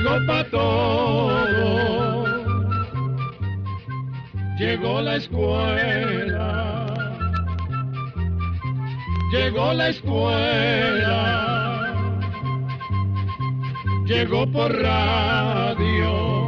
llegó pa' todo, llegó la escuela, llegó la escuela, llegó por radio.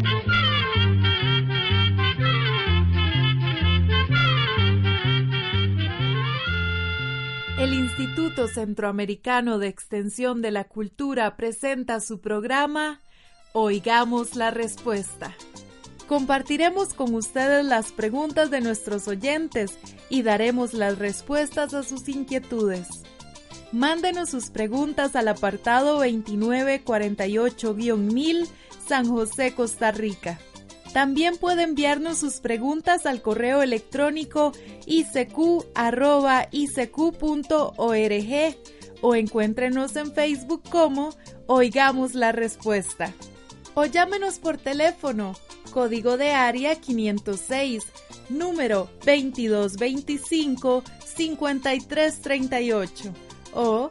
El Instituto Centroamericano de Extensión de la Cultura presenta su programa Oigamos la Respuesta. Compartiremos con ustedes las preguntas de nuestros oyentes y daremos las respuestas a sus inquietudes. Mándenos sus preguntas al apartado 2948-1000, San José, Costa Rica. También puede enviarnos sus preguntas al correo electrónico icq@icq.org o encuéntrenos en Facebook como Oigamos la Respuesta. O llámenos por teléfono, código de área 506, número 2225-5338 o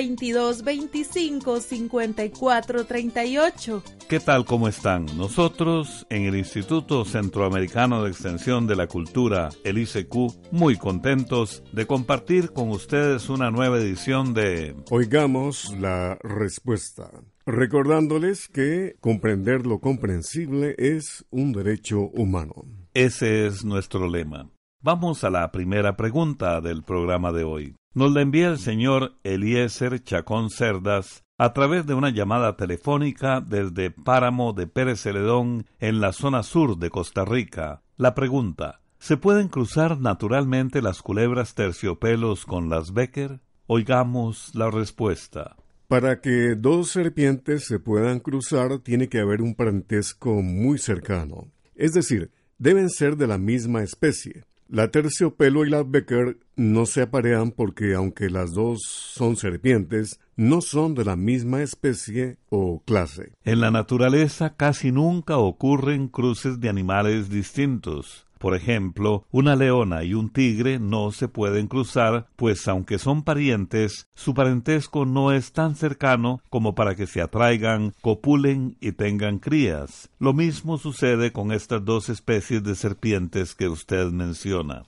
2225-5438. ¿Qué tal? ¿Cómo están? Nosotros, en el Instituto Centroamericano de Extensión de la Cultura, el ICQ, muy contentos de compartir con ustedes una nueva edición de Oigamos la Respuesta. Recordándoles que comprender lo comprensible es un derecho humano. Ese es nuestro lema. Vamos a la primera pregunta del programa de hoy. Nos la envía el señor Eliezer Chacón Cerdas a través de una llamada telefónica desde Páramo de Pérez Celedón, en la zona sur de Costa Rica. La pregunta: ¿se pueden cruzar naturalmente las culebras terciopelos con las Becker? Oigamos la respuesta. Para que dos serpientes se puedan cruzar, tiene que haber un parentesco muy cercano. Es decir, deben ser de la misma especie. La terciopelo y la Becker no se aparean porque, aunque las dos son serpientes, no son de la misma especie o clase. En la naturaleza casi nunca ocurren cruces de animales distintos. Por ejemplo, una leona y un tigre no se pueden cruzar, pues aunque son parientes, su parentesco no es tan cercano como para que se atraigan, copulen y tengan crías. Lo mismo sucede con estas dos especies de serpientes que usted menciona.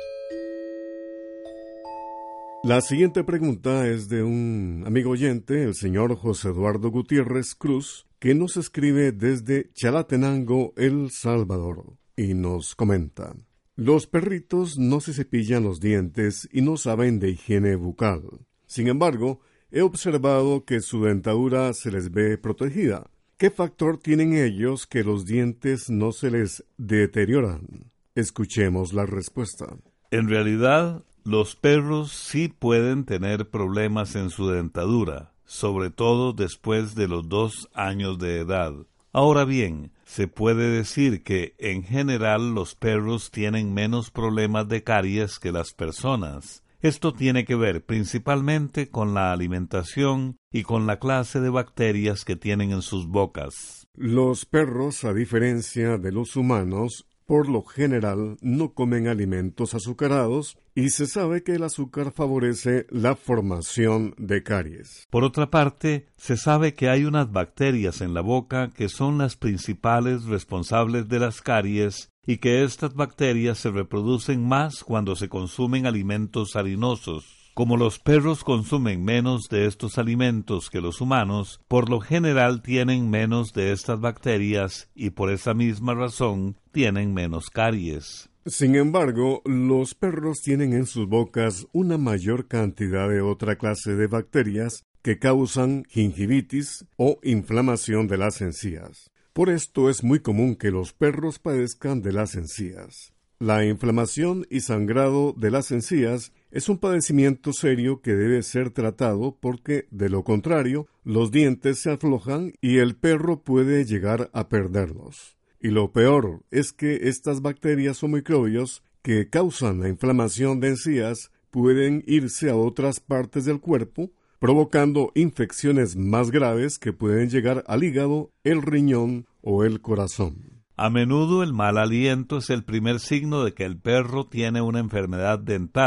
La siguiente pregunta es de un amigo oyente, el señor José Eduardo Gutiérrez Cruz, que nos escribe desde Chalatenango, El Salvador. Y nos comenta: los perritos no se cepillan los dientes y no saben de higiene bucal. Sin embargo, he observado que su dentadura se les ve protegida. ¿Qué factor tienen ellos que los dientes no se les deterioran? Escuchemos la respuesta. En realidad, los perros sí pueden tener problemas en su dentadura, sobre todo después de los 2 años de edad. Ahora bien, se puede decir que, en general, los perros tienen menos problemas de caries que las personas. Esto tiene que ver principalmente con la alimentación y con la clase de bacterias que tienen en sus bocas. Los perros, a diferencia de los humanos, por lo general no comen alimentos azucarados y se sabe que el azúcar favorece la formación de caries. Por otra parte, se sabe que hay unas bacterias en la boca que son las principales responsables de las caries y que estas bacterias se reproducen más cuando se consumen alimentos harinosos. Como los perros consumen menos de estos alimentos que los humanos, por lo general tienen menos de estas bacterias y por esa misma razón tienen menos caries. Sin embargo, los perros tienen en sus bocas una mayor cantidad de otra clase de bacterias que causan gingivitis o inflamación de las encías. Por esto es muy común que los perros padezcan de las encías. La inflamación y sangrado de las encías es un padecimiento serio que debe ser tratado porque, de lo contrario, los dientes se aflojan y el perro puede llegar a perderlos. Y lo peor es que estas bacterias o microbios que causan la inflamación de encías pueden irse a otras partes del cuerpo, provocando infecciones más graves que pueden llegar al hígado, el riñón o el corazón. A menudo el mal aliento es el primer signo de que el perro tiene una enfermedad dental.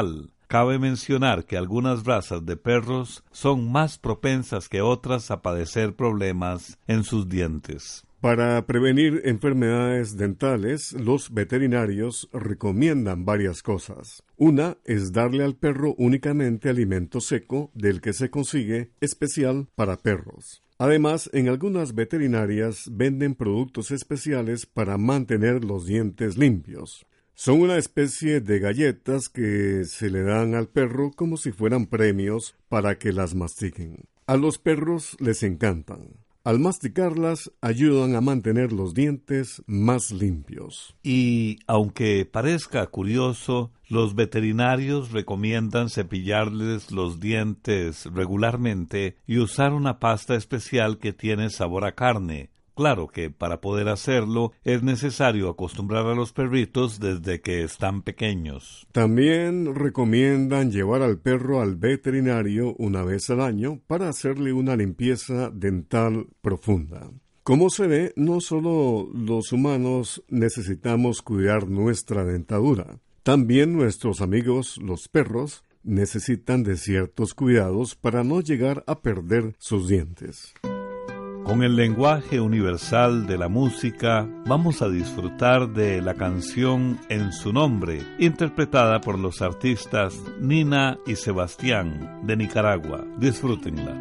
Cabe mencionar que algunas razas de perros son más propensas que otras a padecer problemas en sus dientes. Para prevenir enfermedades dentales, los veterinarios recomiendan varias cosas. Una es darle al perro únicamente alimento seco del que se consigue especial para perros. Además, en algunas veterinarias venden productos especiales para mantener los dientes limpios. Son una especie de galletas que se le dan al perro como si fueran premios para que las mastiquen. A los perros les encantan. Al masticarlas, ayudan a mantener los dientes más limpios. Y, aunque parezca curioso, los veterinarios recomiendan cepillarles los dientes regularmente y usar una pasta especial que tiene sabor a carne. Claro que para poder hacerlo es necesario acostumbrar a los perritos desde que están pequeños. También recomiendan llevar al perro al veterinario una vez al año para hacerle una limpieza dental profunda. Como se ve, no solo los humanos necesitamos cuidar nuestra dentadura, también nuestros amigos los perros necesitan de ciertos cuidados para no llegar a perder sus dientes. Con el lenguaje universal de la música, vamos a disfrutar de la canción En su nombre, interpretada por los artistas Nina y Sebastián de Nicaragua. Disfrútenla.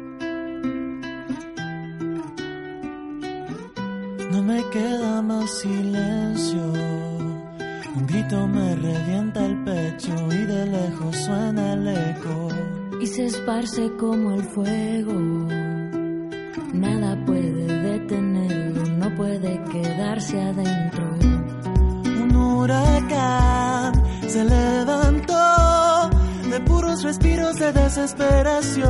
No me queda más silencio, un grito me revienta el pecho y de lejos suena el eco y se esparce como el fuego. Nada puede detenerlo, no puede quedarse adentro. Un huracán se levantó de puros respiros de desesperación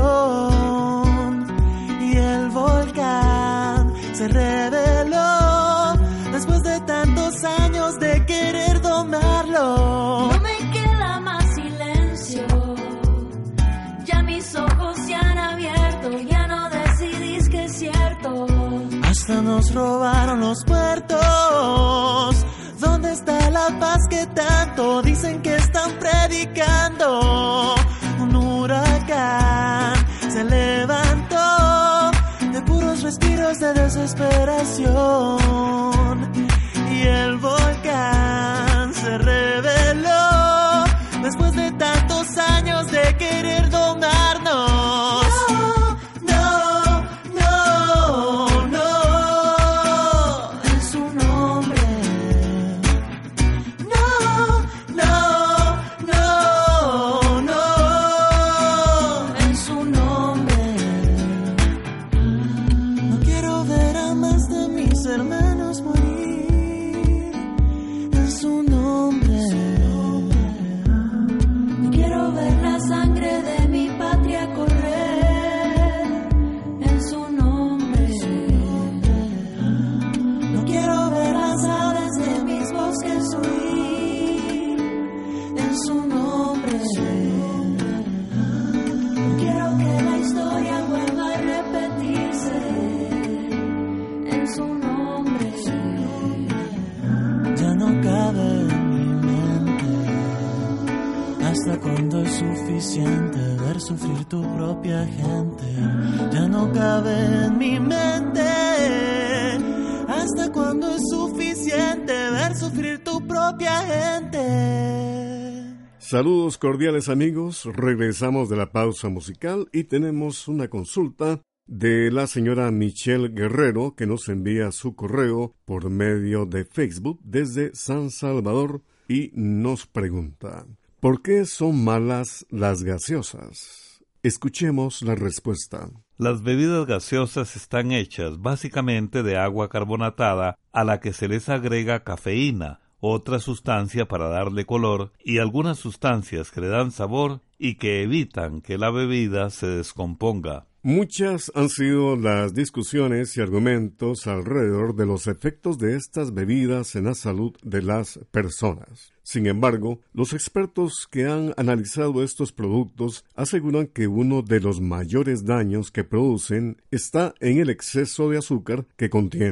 y el volcán se reveló después de tantos años de querer domarlo. No me queda más silencio, ya mis ojos se han abierto, ya no decidís que es cierto. Hasta nos robaron los puertos. ¿Dónde está la paz que tanto dicen que están predicando? Un huracán se levantó de puros respiros de desesperación y el volcán se reveló después de tantos años de querer domarnos. Cuando es suficiente ver sufrir tu propia gente, ya no cabe en mi mente. Hasta cuando es suficiente ver sufrir tu propia gente. Saludos cordiales amigos, regresamos de la pausa musical y tenemos una consulta de la señora Michelle Guerrero que nos envía su correo por medio de Facebook desde San Salvador y nos pregunta: ¿por qué son malas las gaseosas? Escuchemos la respuesta. Las bebidas gaseosas están hechas básicamente de agua carbonatada a la que se les agrega cafeína, otra sustancia para darle color y algunas sustancias que le dan sabor y que evitan que la bebida se descomponga. Muchas han sido las discusiones y argumentos alrededor de los efectos de estas bebidas en la salud de las personas. Sin embargo, los expertos que han analizado estos productos aseguran que uno de los mayores daños que producen está en el exceso de azúcar que contienen.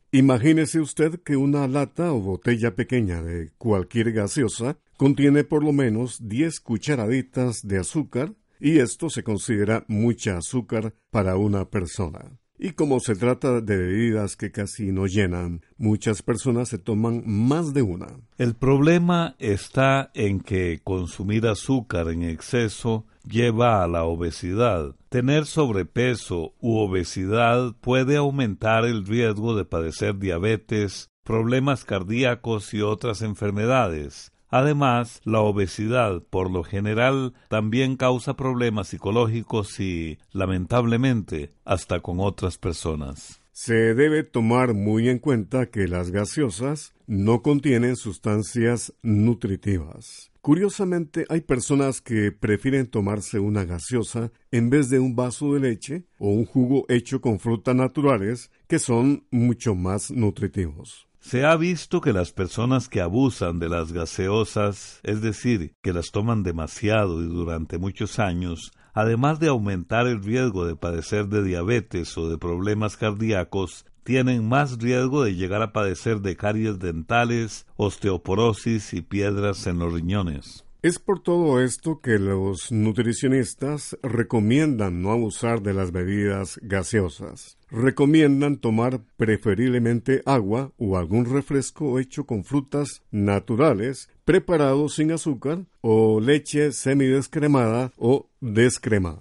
Imagínese usted que una lata o botella pequeña de cualquier gaseosa contiene por lo menos 10 cucharaditas de azúcar, y esto se considera mucha azúcar para una persona. Y como se trata de bebidas que casi no llenan, muchas personas se toman más de una. El problema está en que consumir azúcar en exceso lleva a la obesidad. Tener sobrepeso u obesidad puede aumentar el riesgo de padecer diabetes, problemas cardíacos y otras enfermedades. Además, la obesidad, por lo general, también causa problemas psicológicos y, lamentablemente, hasta con otras personas. Se debe tomar muy en cuenta que las gaseosas no contienen sustancias nutritivas. Curiosamente, hay personas que prefieren tomarse una gaseosa en vez de un vaso de leche o un jugo hecho con frutas naturales, que son mucho más nutritivos. Se ha visto que las personas que abusan de las gaseosas, es decir, que las toman demasiado y durante muchos años, además de aumentar el riesgo de padecer de diabetes o de problemas cardíacos, tienen más riesgo de llegar a padecer de caries dentales, osteoporosis y piedras en los riñones. Es por todo esto que los nutricionistas recomiendan no abusar de las bebidas gaseosas. Recomiendan tomar preferiblemente agua o algún refresco hecho con frutas naturales, preparado sin azúcar, o leche semidescremada o descremada.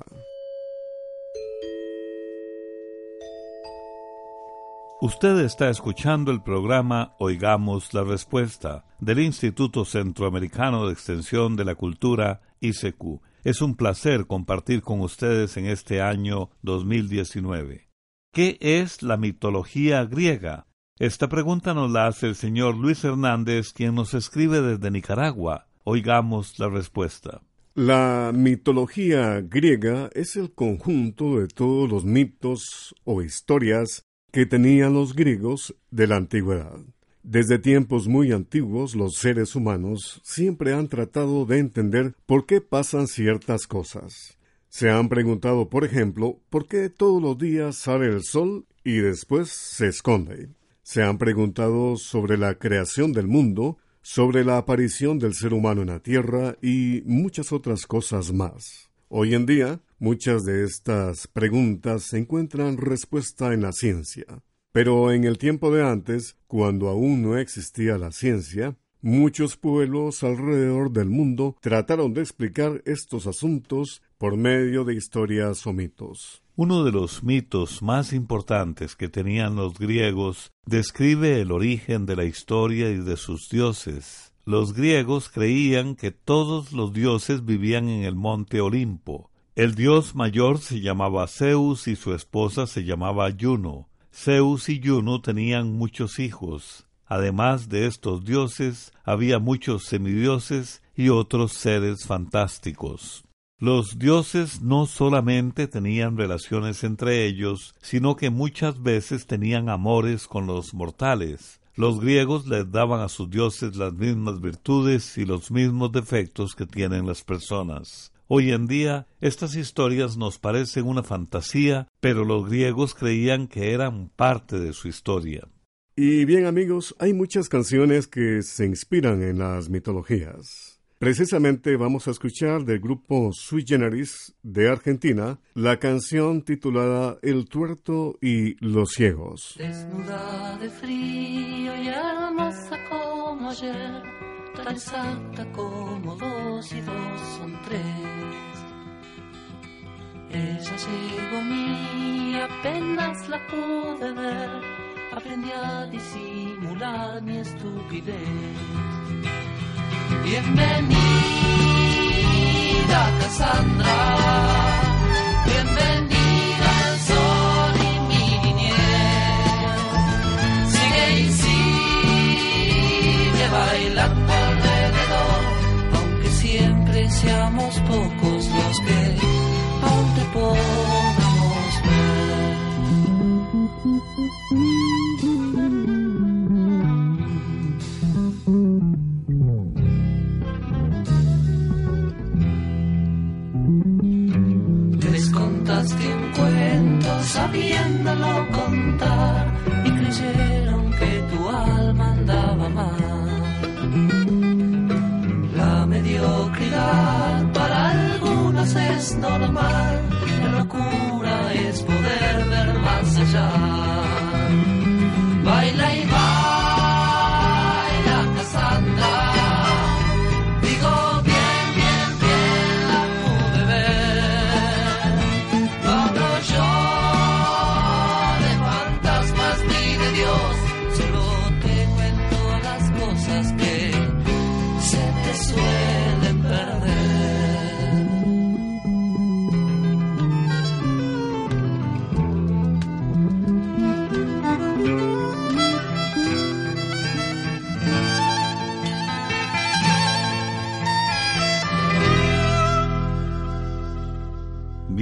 Usted está escuchando el programa Oigamos la Respuesta del Instituto Centroamericano de Extensión de la Cultura, ICQ. Es un placer compartir con ustedes en este año 2019. ¿Qué es la mitología griega? Esta pregunta nos la hace el señor Luis Hernández, quien nos escribe desde Nicaragua. Oigamos la respuesta. La mitología griega es el conjunto de todos los mitos o historias que tenían los griegos de la antigüedad. Desde tiempos muy antiguos, los seres humanos siempre han tratado de entender por qué pasan ciertas cosas. Se han preguntado, por ejemplo, por qué todos los días sale el sol y después se esconde. Se han preguntado sobre la creación del mundo, sobre la aparición del ser humano en la tierra y muchas otras cosas más. Hoy en día, muchas de estas preguntas encuentran respuesta en la ciencia. Pero en el tiempo de antes, cuando aún no existía la ciencia, muchos pueblos alrededor del mundo trataron de explicar estos asuntos por medio de historias o mitos. Uno de los mitos más importantes que tenían los griegos describe el origen de la historia y de sus dioses. Los griegos creían que todos los dioses vivían en el monte Olimpo. El dios mayor se llamaba Zeus y su esposa se llamaba Juno. Zeus y Juno tenían muchos hijos. Además de estos dioses, había muchos semidioses y otros seres fantásticos. Los dioses no solamente tenían relaciones entre ellos, sino que muchas veces tenían amores con los mortales. Los griegos les daban a sus dioses las mismas virtudes y los mismos defectos que tienen las personas. Hoy en día, estas historias nos parecen una fantasía, pero los griegos creían que eran parte de su historia. Y bien, amigos, hay muchas canciones que se inspiran en las mitologías. Precisamente vamos a escuchar del grupo Sui Generis de Argentina la canción titulada El tuerto y los ciegos. Desnuda de frío y hermosa como ayer, tan exacta como 2 y 2 son 3. Ella llegó a mí, apenas la pude ver, aprendí a disimular mi estupidez. Bienvenida, Cassandra, bienvenida al sol y mi niñez. Sigue y sigue bailando alrededor, aunque siempre seamos pocos los que aún te podamos ver.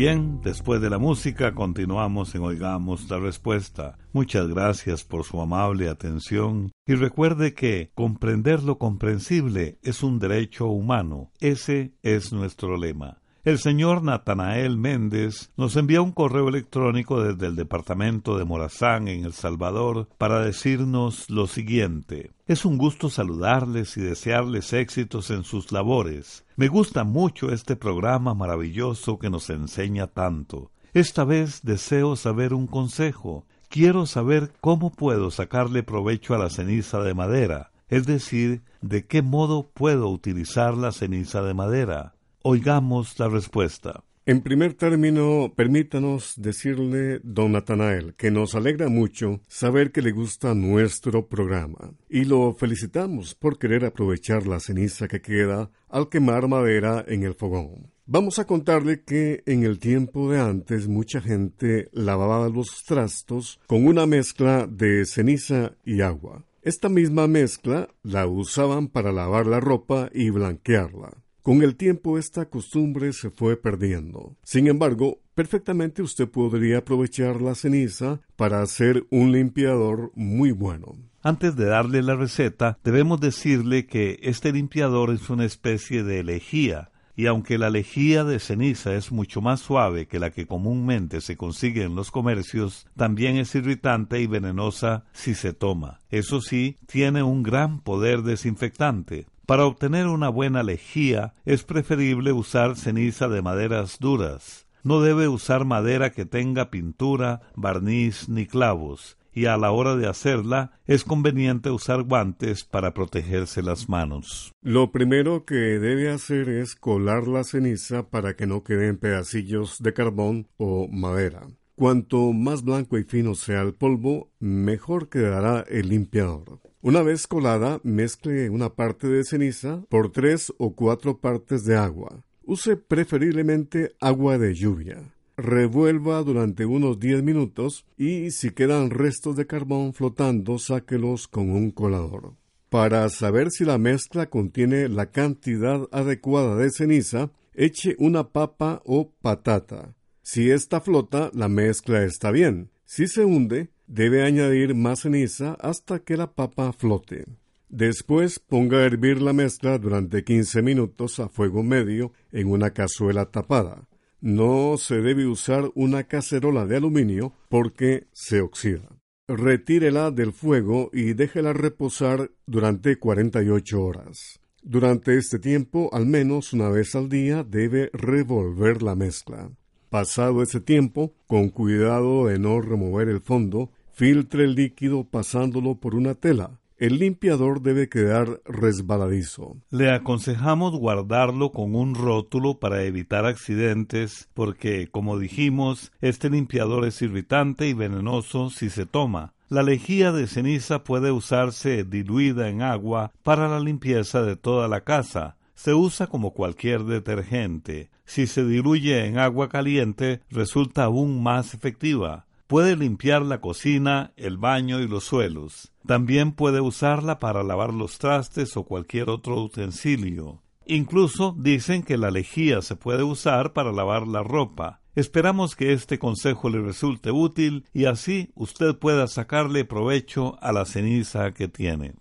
Bien, después de la música continuamos en Oigamos la Respuesta. Muchas gracias por su amable atención y recuerde que comprender lo comprensible es un derecho humano. Ese es nuestro lema. El señor Natanael Méndez nos envía un correo electrónico desde el departamento de Morazán, en El Salvador, para decirnos lo siguiente. Es un gusto saludarles y desearles éxitos en sus labores. Me gusta mucho este programa maravilloso que nos enseña tanto. Esta vez deseo saber un consejo. Quiero saber cómo puedo sacarle provecho a la ceniza de madera, es decir, de qué modo puedo utilizar la ceniza de madera. Oigamos la respuesta. En primer término, permítanos decirle, don Natanael, que nos alegra mucho saber que le gusta nuestro programa y lo felicitamos por querer aprovechar la ceniza que queda al quemar madera en el fogón. Vamos a contarle que en el tiempo de antes mucha gente lavaba los trastos con una mezcla de ceniza y agua. Esta misma mezcla la usaban para lavar la ropa y blanquearla. Con el tiempo esta costumbre se fue perdiendo. Sin embargo, perfectamente usted podría aprovechar la ceniza para hacer un limpiador muy bueno. Antes de darle la receta, debemos decirle que este limpiador es una especie de lejía, y aunque la lejía de ceniza es mucho más suave que la que comúnmente se consigue en los comercios, también es irritante y venenosa si se toma. Eso sí, tiene un gran poder desinfectante. Para obtener una buena lejía es preferible usar ceniza de maderas duras. No debe usar madera que tenga pintura, barniz ni clavos, y a la hora de hacerla es conveniente usar guantes para protegerse las manos. Lo primero que debe hacer es colar la ceniza para que no queden pedacillos de carbón o madera. Cuanto más blanco y fino sea el polvo, mejor quedará el limpiador. Una vez colada, mezcle una parte de ceniza por 3 o 4 partes de agua. Use preferiblemente agua de lluvia. Revuelva durante unos 10 minutos y si quedan restos de carbón flotando, sáquelos con un colador. Para saber si la mezcla contiene la cantidad adecuada de ceniza, eche una papa o patata. Si esta flota, la mezcla está bien. Si se hunde, debe añadir más ceniza hasta que la papa flote. Después ponga a hervir la mezcla durante 15 minutos a fuego medio en una cazuela tapada. No se debe usar una cacerola de aluminio porque se oxida. Retírela del fuego y déjela reposar durante 48 horas. Durante este tiempo, al menos una vez al día, debe revolver la mezcla. Pasado ese tiempo, con cuidado de no remover el fondo, filtre el líquido pasándolo por una tela. El limpiador debe quedar resbaladizo. Le aconsejamos guardarlo con un rótulo para evitar accidentes porque, como dijimos, este limpiador es irritante y venenoso si se toma. La lejía de ceniza puede usarse diluida en agua para la limpieza de toda la casa. Se usa como cualquier detergente. Si se diluye en agua caliente, resulta aún más efectiva. Puede limpiar la cocina, el baño y los suelos. También puede usarla para lavar los trastes o cualquier otro utensilio. Incluso dicen que la lejía se puede usar para lavar la ropa. Esperamos que este consejo le resulte útil y así usted pueda sacarle provecho a la ceniza que tiene.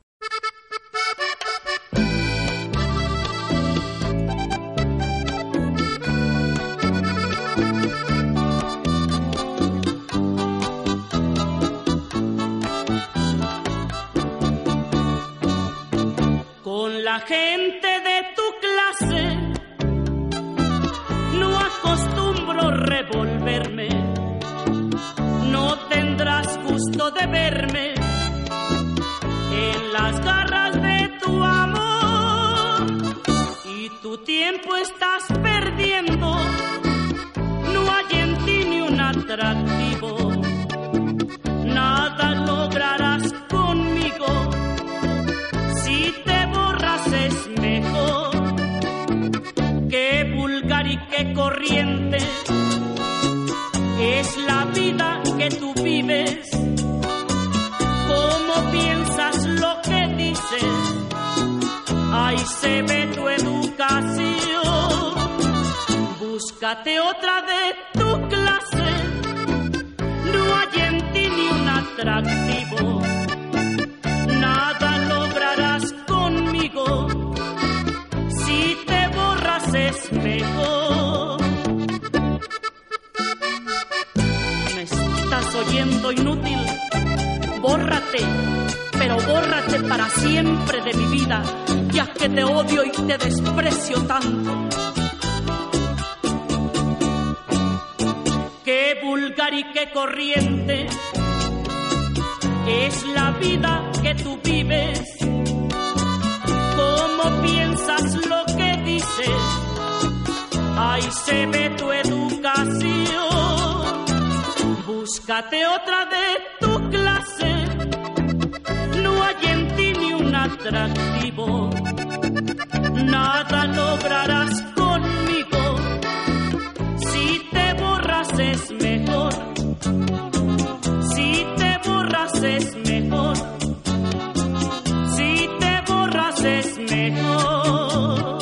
La gente de tu clase no acostumbro revolverme, no tendrás gusto de verme en las garras de tu amor y tu tiempo estás perdiendo, no hay en ti ni un atractivo, nada lograrás conmigo. Si te es mejor que vulgar y que corriente es la vida que tú vives. ¿Cómo piensas lo que dices? Ahí se ve tu educación. Búscate otra de atractivo. Nada lograrás conmigo, si te borras es mejor. ¿Me estás oyendo, inútil? Bórrate, pero bórrate para siempre de mi vida, ya que te odio y te desprecio tanto. Qué vulgar y qué corriente es la vida que tú vives. ¿Cómo piensas lo que dices? Ahí se ve tu educación. Búscate otra de tu clase. No hay en ti ni un atractivo. Nada lograrás conmigo. Si te borras es mejor. Si te borras es mejor. Si te borras es mejor.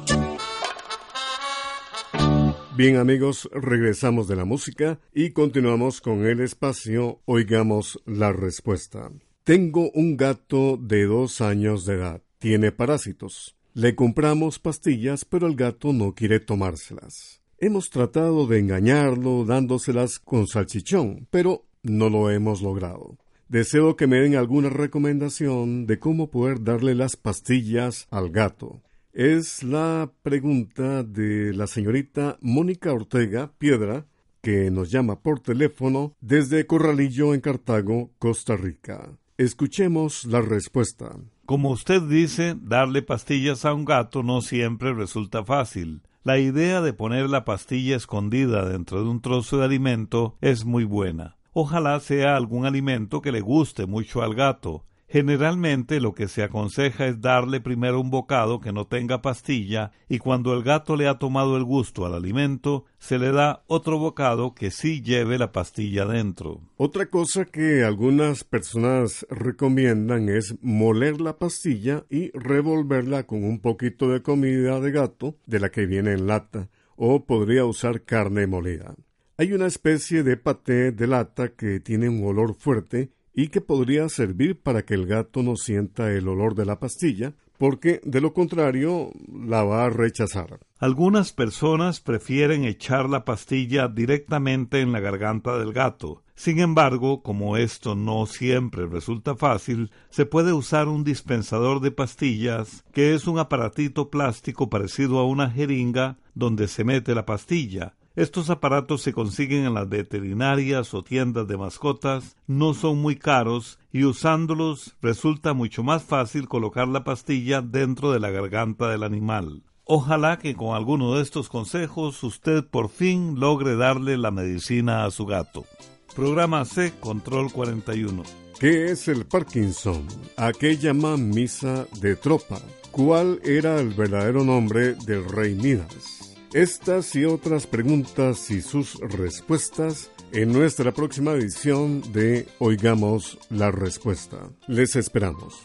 Bien, amigos, regresamos de la música y continuamos con el espacio Oigamos la Respuesta. Tengo un gato de 2 años de edad. Tiene parásitos. Le compramos pastillas, pero el gato no quiere tomárselas. Hemos tratado de engañarlo dándoselas con salchichón, pero no lo hemos logrado. Deseo que me den alguna recomendación de cómo poder darle las pastillas al gato. Es la pregunta de la señorita Mónica Ortega Piedra, que nos llama por teléfono desde Corralillo en Cartago, Costa Rica. Escuchemos la respuesta. Como usted dice, darle pastillas a un gato no siempre resulta fácil. La idea de poner la pastilla escondida dentro de un trozo de alimento es muy buena. Ojalá sea algún alimento que le guste mucho al gato. Generalmente lo que se aconseja es darle primero un bocado que no tenga pastilla y cuando el gato le ha tomado el gusto al alimento, se le da otro bocado que sí lleve la pastilla dentro. Otra cosa que algunas personas recomiendan es moler la pastilla y revolverla con un poquito de comida de gato de la que viene en lata, o podría usar carne molida. Hay una especie de paté de lata que tiene un olor fuerte y que podría servir para que el gato no sienta el olor de la pastilla, porque de lo contrario la va a rechazar. Algunas personas prefieren echar la pastilla directamente en la garganta del gato. Sin embargo, como esto no siempre resulta fácil, se puede usar un dispensador de pastillas, que es un aparatito plástico parecido a una jeringa donde se mete la pastilla. Estos aparatos se consiguen en las veterinarias o tiendas de mascotas, no son muy caros y usándolos resulta mucho más fácil colocar la pastilla dentro de la garganta del animal. Ojalá que con alguno de estos consejos usted por fin logre darle la medicina a su gato. Programa C, Control 41. ¿Qué es el Parkinson? ¿A qué llaman misa de tropa? ¿Cuál era el verdadero nombre del rey Midas? Estas y otras preguntas y sus respuestas en nuestra próxima edición de Oigamos la Respuesta. Les esperamos.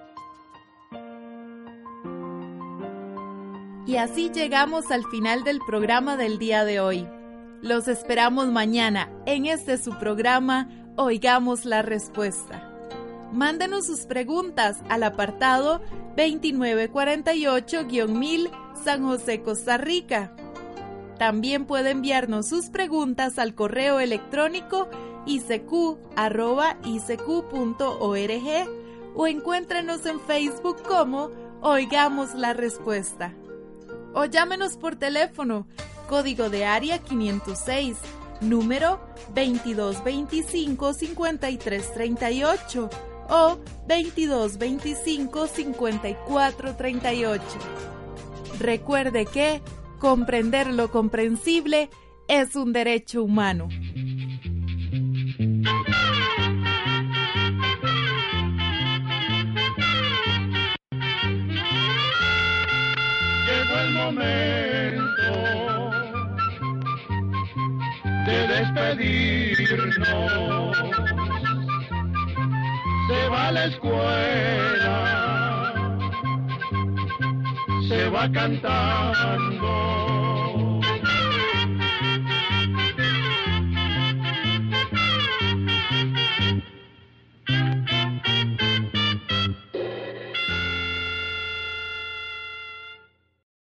Y así llegamos al final del programa del día de hoy. Los esperamos mañana en su programa Oigamos la Respuesta. Mándenos sus preguntas al apartado 2948-1000 San José, Costa Rica. También puede enviarnos sus preguntas al correo electrónico icq@icq.org o encuéntrenos en Facebook como Oigamos la Respuesta. O llámenos por teléfono, código de área 506, número 2225-5338 o 2225-5438. Recuerde que comprender lo comprensible es un derecho humano. Llegó el momento de despedirnos. Se va a la escuela, se va cantando.